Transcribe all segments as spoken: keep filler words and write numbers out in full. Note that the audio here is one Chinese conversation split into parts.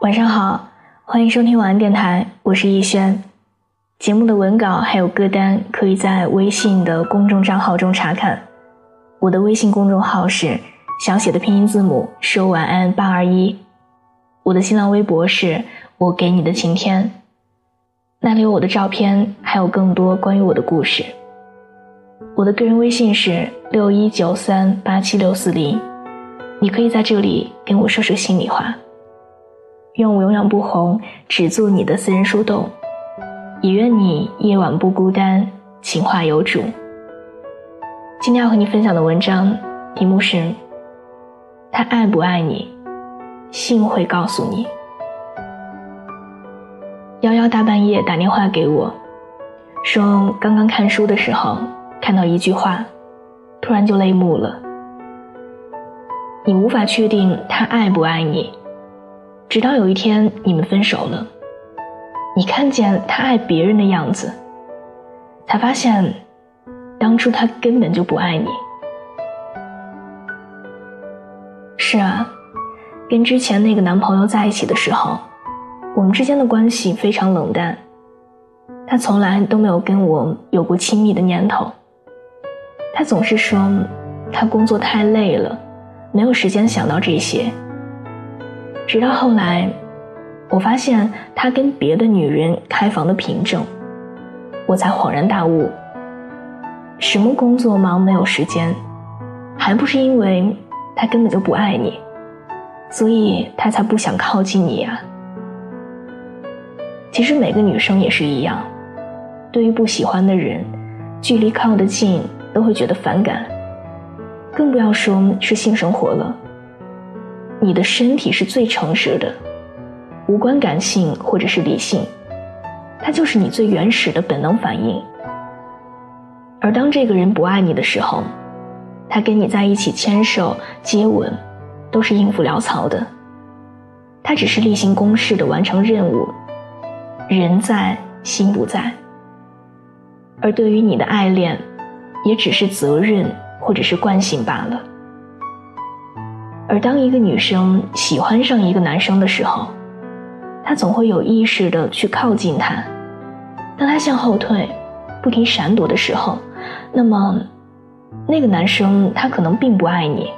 晚上好，欢迎收听晚安电台，我是逸轩。节目的文稿还有歌单可以在微信的公众账号中查看。我的微信公众号是小写的拼音字母说晚安八二一，我的新浪微博是我给你的晴天，那里有我的照片，还有更多关于我的故事。我的个人微信是六一九三八七六四零，你可以在这里跟我说说心里话。愿我永远不红，只做你的私人树洞，也愿你夜晚不孤单，情话有主。今天要和你分享的文章题目是他爱不爱你，信会告诉你。幺幺大半夜打电话给我，说刚刚看书的时候看到一句话，突然就泪目了。你无法确定他爱不爱你，直到有一天你们分手了，你看见他爱别人的样子，才发现当初他根本就不爱你。是啊，跟之前那个男朋友在一起的时候，我们之间的关系非常冷淡，他从来都没有跟我有过亲密的念头。他总是说他工作太累了，没有时间想到这些。直到后来我发现他跟别的女人开房的凭证，我才恍然大悟，什么工作忙没有时间，还不是因为他根本就不爱你，所以他才不想靠近你呀。其实每个女生也是一样，对于不喜欢的人，距离靠得近都会觉得反感，更不要说是性生活了。你的身体是最诚实的，无关感性或者是理性，它就是你最原始的本能反应。而当这个人不爱你的时候，他跟你在一起牵手接吻都是应付潦草的，他只是例行公事的完成任务，人在心不在。而对于你的爱恋，也只是责任或者是惯性罢了。而当一个女生喜欢上一个男生的时候，她总会有意识地去靠近他。当他向后退，不停闪躲的时候，那么那个男生他可能并不爱你。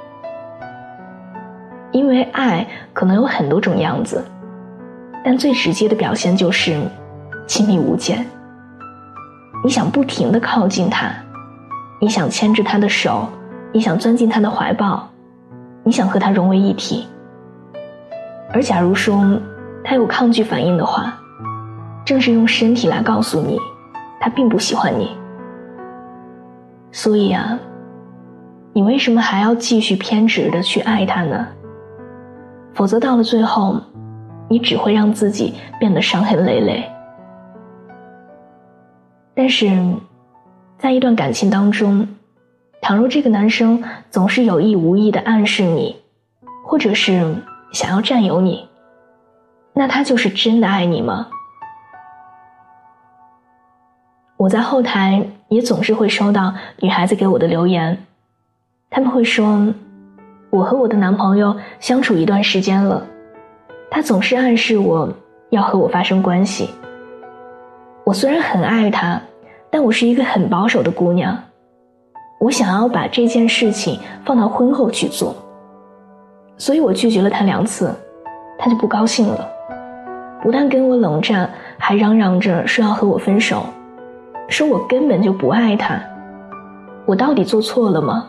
因为爱可能有很多种样子，但最直接的表现就是亲密无间。你想不停地靠近他，你想牵着他的手，你想钻进他的怀抱，你想和他融为一体。而假如说他有抗拒反应的话，正是用身体来告诉你他并不喜欢你。所以啊，你为什么还要继续偏执地去爱他呢？否则到了最后，你只会让自己变得伤痕累累。但是在一段感情当中，倘若这个男生总是有意无意地暗示你，或者是想要占有你，那他就是真的爱你吗？我在后台也总是会收到女孩子给我的留言，她们会说，我和我的男朋友相处一段时间了，他总是暗示我要和我发生关系。我虽然很爱他，但我是一个很保守的姑娘，我想要把这件事情放到婚后去做，所以我拒绝了他两次，他就不高兴了，不但跟我冷战，还嚷嚷着说要和我分手，说我根本就不爱他。我到底做错了吗？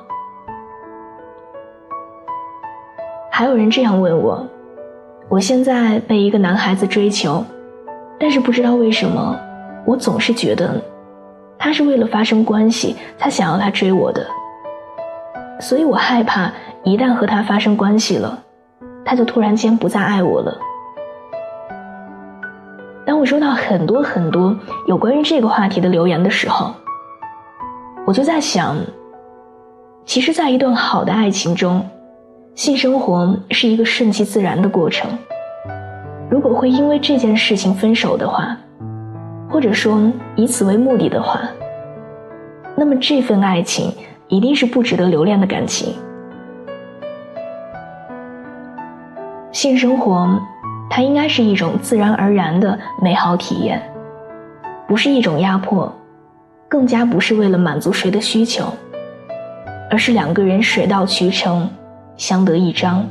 还有人这样问我，我现在被一个男孩子追求，但是不知道为什么，我总是觉得他是为了发生关系才想要他追我的，所以我害怕一旦和他发生关系了，他就突然间不再爱我了。当我收到很多很多有关于这个话题的留言的时候，我就在想，其实在一段好的爱情中，性生活是一个顺其自然的过程。如果会因为这件事情分手的话，或者说以此为目的的话，那么这份爱情一定是不值得留恋的感情。性生活它应该是一种自然而然的美好体验，不是一种压迫，更加不是为了满足谁的需求，而是两个人水到渠成，相得益彰。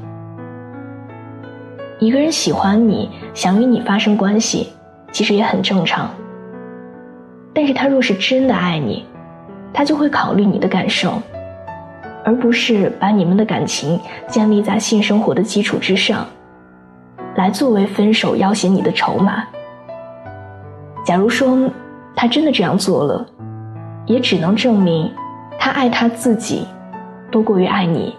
一个人喜欢你，想与你发生关系，其实也很正常。但是他若是真的爱你，他就会考虑你的感受，而不是把你们的感情建立在性生活的基础之上，来作为分手要挟你的筹码。假如说他真的这样做了，也只能证明他爱他自己多过于爱你。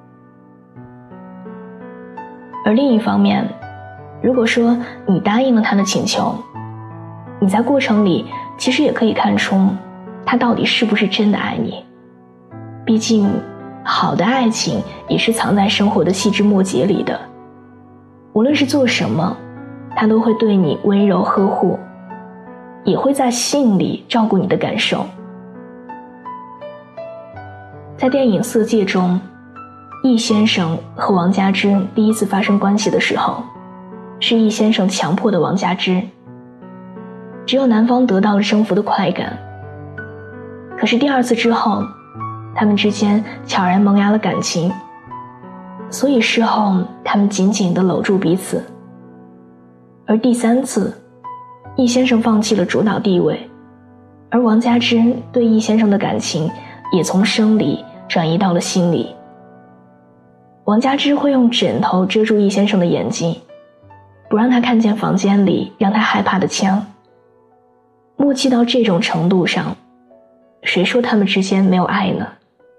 而另一方面，如果说你答应了他的请求，你在过程里其实也可以看出他到底是不是真的爱你。毕竟好的爱情也是藏在生活的细枝末节里的，无论是做什么，他都会对你温柔呵护，也会在心里照顾你的感受。在电影《色戒》中，易先生和王佳芝第一次发生关系的时候，是易先生强迫的王佳芝，只有男方得到了征服的快感。可是第二次之后，他们之间悄然萌芽了感情，所以事后他们紧紧地搂住彼此。而第三次，易先生放弃了主导地位，而王佳芝对易先生的感情也从生理转移到了心理。王佳芝会用枕头遮住易先生的眼睛，不让他看见房间里让他害怕的枪。默契到这种程度上，谁说他们之间没有爱呢？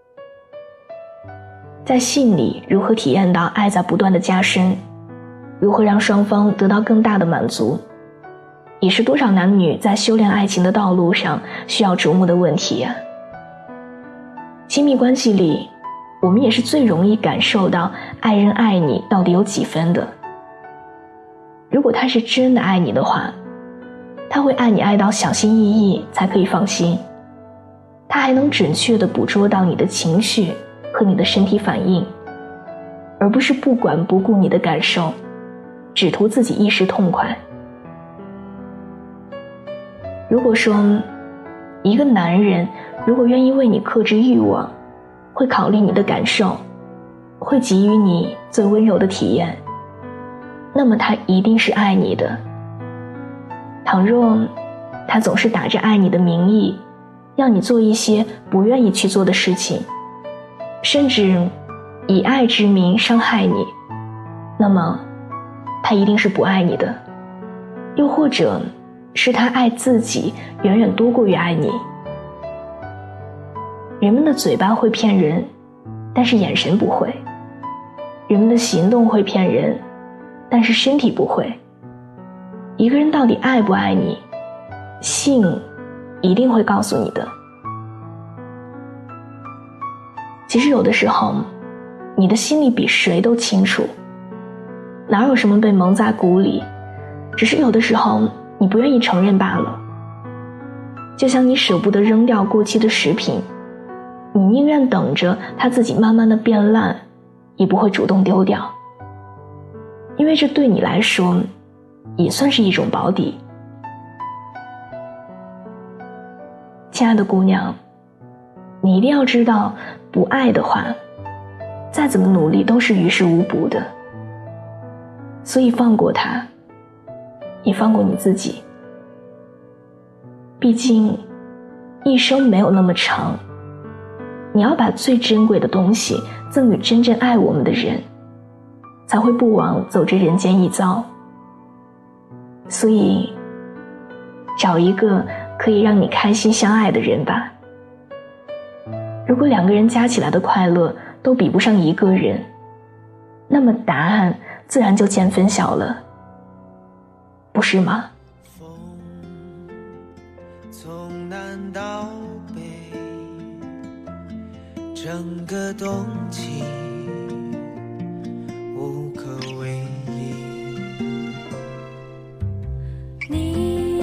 在信里如何体验到爱在不断的加深，如何让双方得到更大的满足，也是多少男女在修炼爱情的道路上需要琢磨的问题啊。亲密关系里，我们也是最容易感受到爱人爱你到底有几分的。如果他是真的爱你的话，他会爱你爱到小心翼翼才可以放心，他还能准确地捕捉到你的情绪和你的身体反应，而不是不管不顾你的感受，只图自己一时痛快。如果说一个男人如果愿意为你克制欲望，会考虑你的感受，会给予你最温柔的体验，那么他一定是爱你的。倘若他总是打着爱你的名义，让你做一些不愿意去做的事情，甚至以爱之名伤害你，那么他一定是不爱你的，又或者是他爱自己远远多过于爱你。人们的嘴巴会骗人，但是眼神不会；人们的行动会骗人，但是身体不会。一个人到底爱不爱你，性一定会告诉你的。其实有的时候，你的心里比谁都清楚，哪有什么被蒙在鼓里，只是有的时候你不愿意承认罢了。就像你舍不得扔掉过期的食品，你宁愿等着它自己慢慢的变烂，也不会主动丢掉，因为这对你来说也算是一种保底。亲爱的姑娘，你一定要知道，不爱的话，再怎么努力都是于事无补的。所以放过他，也放过你自己。毕竟一生没有那么长，你要把最珍贵的东西赠予真正爱我们的人，才会不枉走这人间一遭。所以找一个可以让你开心相爱的人吧。如果两个人加起来的快乐都比不上一个人，那么答案自然就见分晓了，不是吗？ 风从南到北，整个冬季无可为依。 你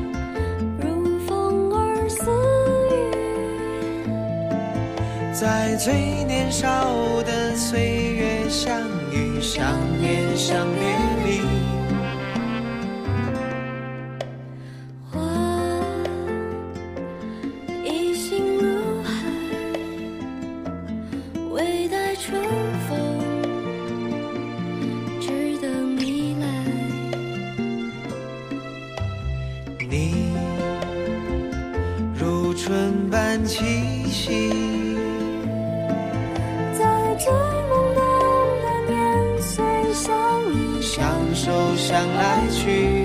如风儿似雨， 在最年少的岁月相遇，想念想别离。 我一心如海，微待春风，只等你来。 你如春般气息， 在最懵懂的年岁相依相守相来去。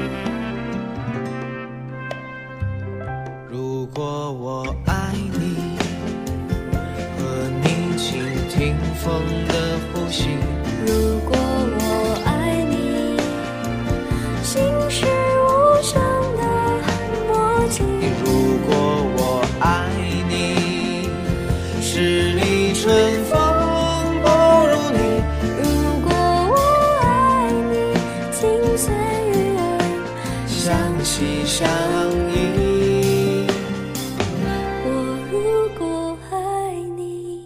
如果我爱你，和你倾听风的呼吸。 如果我爱你，心是无声的默契。 如果我爱你，十里春风不如你。 如果我爱你，情随鱼儿相惜相依。 我如果爱你，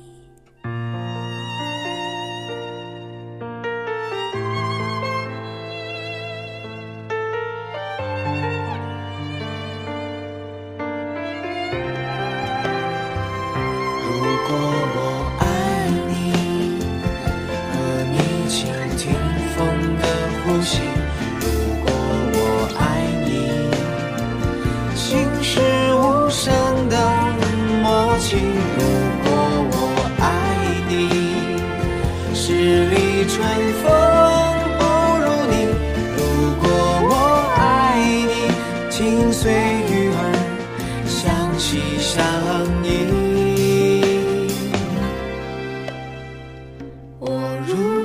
如果我爱你，和你倾听风的呼吸。如果我爱你，心是无声的默契。如果我爱你，十里春风不如你。如果我爱你，情随鱼儿相惜相依。 我如